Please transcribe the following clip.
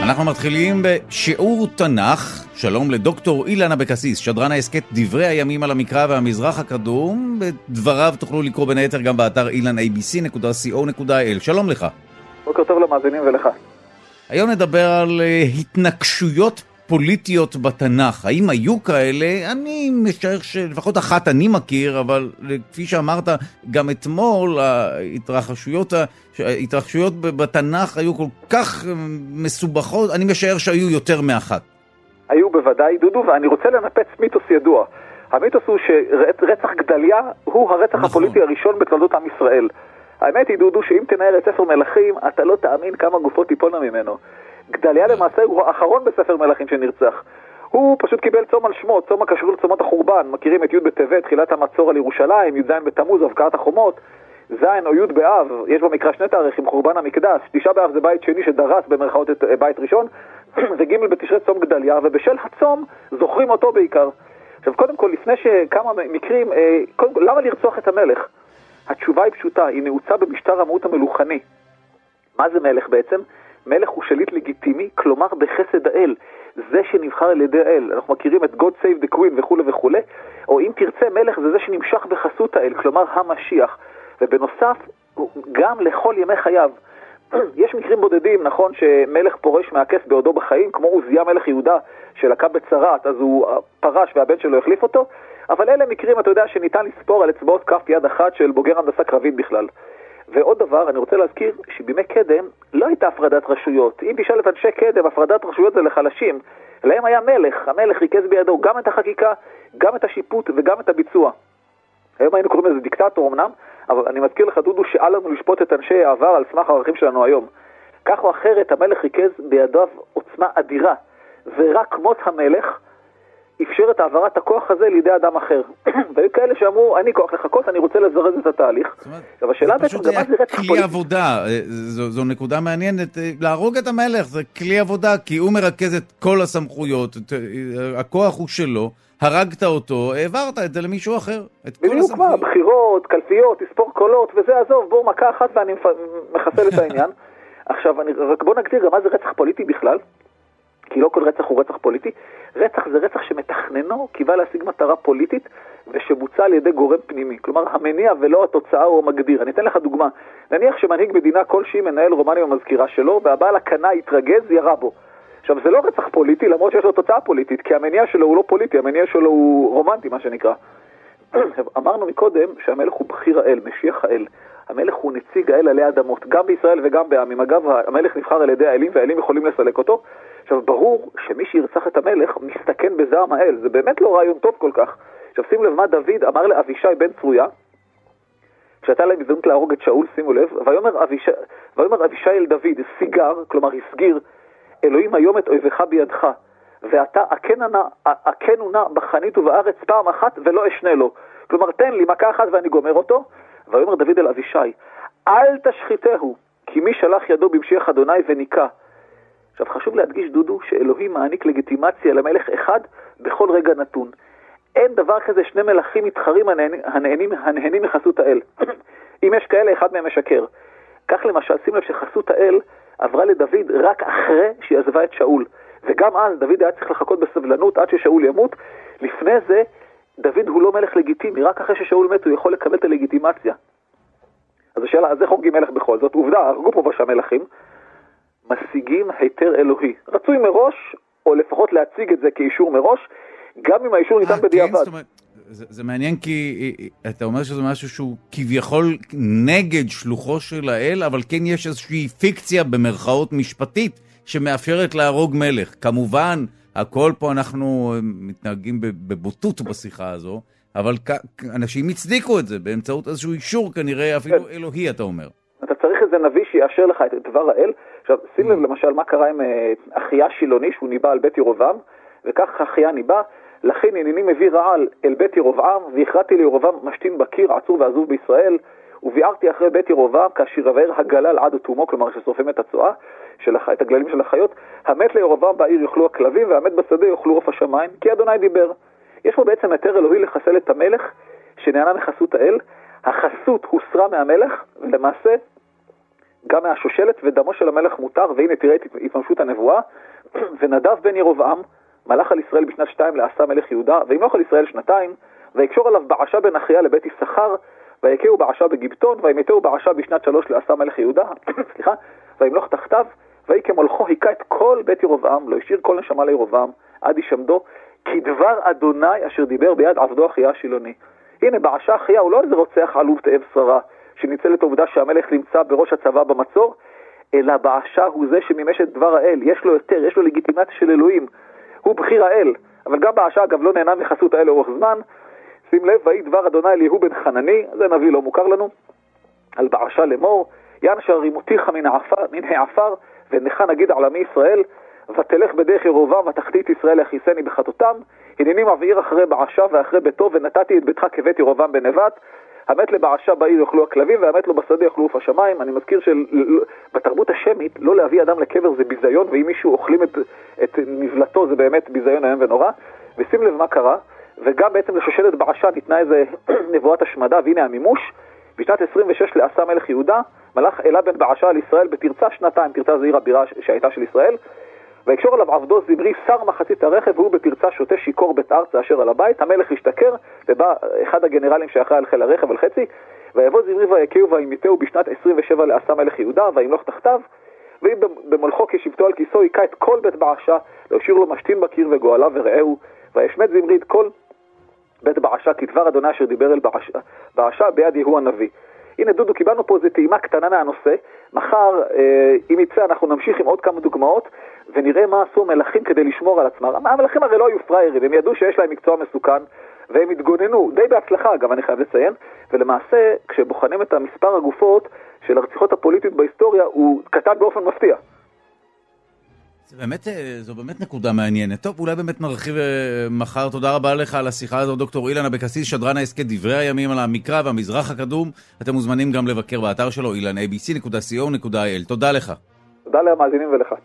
אנחנו מתחילים בשיעור תנ"ך. שלום לדוקטור אילן אבקסיס, שדרן העסקת דברי הימים על המקרא והמזרח הקדום. בדבריו תוכלו לקרוא בין היתר גם באתר ilanabc.co.il. שלום לך. בוקר טוב למאזינים ולך. היום נדבר על התנגשויות פוליטיות בתנ"ך. האם היו כאלה? אני משער שלפחות אחת אני מכיר, אבל כפי שאמרת, גם אתמול ההתרחשויות בתנ"ך היו כל כך מסובכות, אני משער שהיו יותר מאחת. היו בוודאי, דודו, ואני רוצה לנפץ מיתוס ידוע. המיתוס הוא שרצח גדליה הוא הרצח הפוליטי הראשון בתולדות עם ישראל. האמת היא, דודו, שאם תנער את ספר מלכים, אתה לא תאמין כמה גופות תיפולנה ממנו. גדליה למעשה הוא האחרון בספר מלכים שנרצח. הוא פשוט קיבל צום על שמו, צום הקשור לצומות החורבן. מכירים את י' בטבת, תחילת המצור על ירושלים, י' ז' בתמוז, הבקעת החומות, ז' או י' באב, יש במקרא שני תאריכים, חורבן המקדש, 9 באב זה בית שני שדרס במרכאות את בית ראשון, וג' בתשרי צום גדליה, ובשל הצום זוכרים אותו בעיקר. עכשיו קודם כל, לפני שכמה מקרים, למה לרצוח את המלך? התשובה היא פשוטה, היא נעוצה במשטר המהות המלוכני. מה זה מלך בעצם? מלך הוא שליט לגיטימי, כלומר בחסד האל, זה שנבחר על ידי האל. אנחנו מכירים את God Save the Queen וכו' וכו', או אם תרצה מלך זה זה שנמשך בחסות האל, כלומר המשיח. ובנוסף, גם לכל ימי חייו. יש מקרים בודדים, נכון, שמלך פורש מהכס בעודו בחיים, כמו עוזיה מלך יהודה שלקה בצרת, אז הוא פרש והבן שלו החליף אותו, אבל אלה מקרים, אתה יודע, שניתן לספור על אצבעות כף יד אחת של בוגר הנדסה קרבית בכלל. ועוד דבר, אני רוצה להזכיר שבימי קדם לא הייתה הפרדת רשויות. אם תשאל את אנשי קדם, הפרדת רשויות זה לחלשים. להם היה מלך, המלך ריכז בידו גם את החקיקה, גם את השיפוט וגם את הביצוע. היום היינו קוראים לזה דיקטטור אמנם, אבל אני מזכיר לך דודו שאל לנו לשפוט את אנשי העבר על סמך הערכים שלנו היום. כך או אחרת המלך ריכז בידיו עוצמה אדירה, ורק מות המלך אפשר את העברת הכוח הזה לידי אדם אחר. והיו כאלה שאמרו, אני כוח לחכות, אני רוצה לזרז את התהליך. זה פשוט היה כלי עבודה, זו נקודה מעניינת. להרוג את המלך זה כלי עבודה, כי הוא מרכז את כל הסמכויות, הכוח הוא שלו, הרגת אותו, העברת את זה למישהו אחר. בדיוק מה, בחירות, קלפיות, תספור קולות, וזה עזוב, בוא מכה אחת ואני מחסל את העניין. עכשיו, רק בוא נגדיר גם מה זה רצח פוליטי בכלל. כי לא כל רצח הוא רצח פוליטי. רצח זה רצח שמתכננו קיווה להשיג מטרה פוליטית ושבוצע על ידי גורם פנימי. כלומר, המניע ולא התוצאה הוא המגדיר. אני אתן לך דוגמה. נניח שמנהיג מדינה כלשהי מנהל רומני במזכירה שלו, והבעל הקנה יתרגז, ירה בו. עכשיו, זה לא רצח פוליטי, למרות שיש לו תוצאה פוליטית, כי המניע שלו הוא לא פוליטי, המניע שלו הוא רומנטי, מה שנקרא. אמרנו מקודם שהמלך הוא בחיר האל, משיח האל. המלך הוא נציג האל עלי אדמות, גם בישראל וגם בעמים. אגב, המלך נבחר על ידי האלים, והאלים יכולים לסלק אותו. עכשיו, ברור שמי שירצח את המלך מסתכן בזעם האל. זה באמת לא רעיון טוב כל כך. עכשיו, שימו לב מה דוד אמר לאבישי בן צרויה, כשהייתה להם הזדמנות להרוג את שאול, שימו לב, ויאמר אבישי אל דוד, סיגר, כלומר הסגיר, אלוהים היום את אויבך בידך, ואתה הכנו נא בחנית ובארץ פעם אחת ולא אשנה לו. כלומר, תן לי מכה אחת ואני גומר אותו. ויאמר דוד אל אבישי, אל תשחיתהו, כי מי שלח ידו במשיח אדוני וניקה. עכשיו חשוב להדגיש דודו שאלוהים מעניק לגיטימציה למלך אחד בכל רגע נתון. אין דבר כזה שני מלכים מתחרים הנהנים מחסות האל. אם יש כאלה, אחד מהם משקר. כך למשל, שים לב שחסות האל עברה לדוד רק אחרי שהיא עזבה את שאול. וגם אז דוד היה צריך לחכות בסבלנות עד ששאול ימות. לפני זה דוד הוא לא מלך לגיטימי, רק אחרי ששאול מת הוא יכול לקבל את הלגיטימציה. אז השאלה, אז איך הורגים מלך בכל זאת? עובדה, הרגו פה ושם מלכים, משיגים היתר אלוהי. רצוי מראש, או לפחות להציג את זה כאישור מראש, גם אם האישור ניתן בדיעבד. זה מעניין כי אתה אומר שזה משהו שהוא כביכול נגד שלוחו של האל, אבל כן יש איזושהי פיקציה במרכאות משפטית שמאפשרת להרוג מלך. כמובן, הכל פה אנחנו מתנהגים בבוטות בשיחה הזו, אבל אנשים הצדיקו את זה באמצעות איזשהו אישור כנראה אפילו אלוהי, אתה אומר. אתה צריך איזה נביא שיאשר לך את דבר האל. עכשיו, שים לב למשל מה קרה עם אחיה שילוני שהוא ניבא על בית ירובעם, וכך אחיה ניבא, לכן הנני מביא רעל אל בית ירובעם, והכרעתי לירובעם משתין בקיר, עצור ועזוב בישראל, וביארתי אחרי בית ירובעם כאשר יבער הגלל עד תומו, כלומר ששורפים את הצואה, את הגללים של החיות, המת לירובעם בעיר יאכלו הכלבים, והמת בשדה יאכלו עוף השמיים, כי אדוני דיבר. יש פה בעצם היתר אלוהי לחסל את המלך שנהנה מחסות האל. החסות הוסרה מהמלך, ולמעשה גם מהשושלת, ודמו של המלך מותר, והנה תראה את התממשות הנבואה. ונדב בן ירבעם מלך על ישראל בשנת 2 לעשה מלך יהודה, וימלוך על ישראל 2, ויקשור עליו בעשה בן אחיה לבית יששכר, ויקהו בעשה בגיבטון, וימתהו בעשה בשנת 3 לעשה מלך יהודה, סליחה, וימלוך תחתיו, ויהי כמולכו היכה את כל בית ירבעם, לא השאיר כל נשמה לירבעם, עד ישמדו, כדבר אדוני אשר דיבר ביד עבדו אחיה השילוני. הנה, בעשה אחיה הוא לא איזה רוצח עלוב תאב שררה, שניצל את העובדה שהמלך נמצא בראש הצבא במצור, אלא בעשה הוא זה שמימש את דבר האל, יש לו יותר, יש לו לגיטימציה של אלוהים, הוא בחיר האל, אבל גם בעשה אגב לא נהנה מחסות האל לאורך זמן. שים לב, ויהי דבר אדוני אל יהוא בן חנני, זה נביא לא מוכר לנו, על בעשה לאמור, ינשר רימותיך מן העפר, ונך נגיד עולמי ישראל, ותלך בדרך ירבעם ותחתית ישראל להכיסני בחטאותם, הנני מבעיר אחרי בעשה ואחרי ביתו, ונתתי את ביתך כבית ירבעם בנבט, המת לבעשה בעיר יאכלו הכלבים, והמת לו בשדה יאכלו עוף השמיים. אני מזכיר שבתרבות השמית לא להביא אדם לקבר זה ביזיון, ואם מישהו אוכלים את נבלתו זה באמת ביזיון איום ונורא. ושים לב מה קרה, וגם בעצם לשושלת בעשה ניתנה איזה נבואת השמדה, והנה המימוש. בשנת 26 לעשה מלך יהודה, מלך אלה בן בעשה על ישראל בתרצה 2, תרצה זו עיר הבירה שהייתה של ישראל, ויקשור עליו עבדו זמרי שר מחצית הרכב, והוא בתרצה שותה שיכור בית ארצה אשר על הבית. המלך השתכר, ובא אחד הגנרלים שאחראי על חיל הרכב על חצי, ויבוא זמרי ויקהו וימיתהו בשנת 27 לעשה מלך יהודה, וימלוך תחתיו, ואם במולכו כשבטו על כיסו היכה את כל בית בעשה, לא השאיר לו משתין בקיר וגואלה ורעהו, וישמט זמרי את כל בית בעשה כדבר אדוני אשר דיבר אל בעשה ביד יהוא הנביא. הנה דודו, קיבלנו פה איזו טעימה קטנה מהנושא. מחר, אם יצא, אנחנו נמשיך עם עוד כמה דוגמאות, ונראה מה עשו המלכים כדי לשמור על עצמם. המלכים הרי לא היו פריירים, הם ידעו שיש להם מקצוע מסוכן, והם התגוננו, די בהצלחה, גם אני חייב לציין, ולמעשה, כשבוחנים את המספר הגופות של הרציחות הפוליטיות בהיסטוריה, הוא קטן באופן מפתיע. זו באמת נקודה מעניינת. טוב, אולי באמת נרחיב מחר. תודה רבה לך על השיחה הזו, דוקטור אילן אבקסיס, שדרן העסקי דברי הימים על המקרא והמזרח הקדום. אתם מוזמנים גם לבקר באתר שלו, ilanabc.co.il. תודה לך. תודה למאזינים ולך.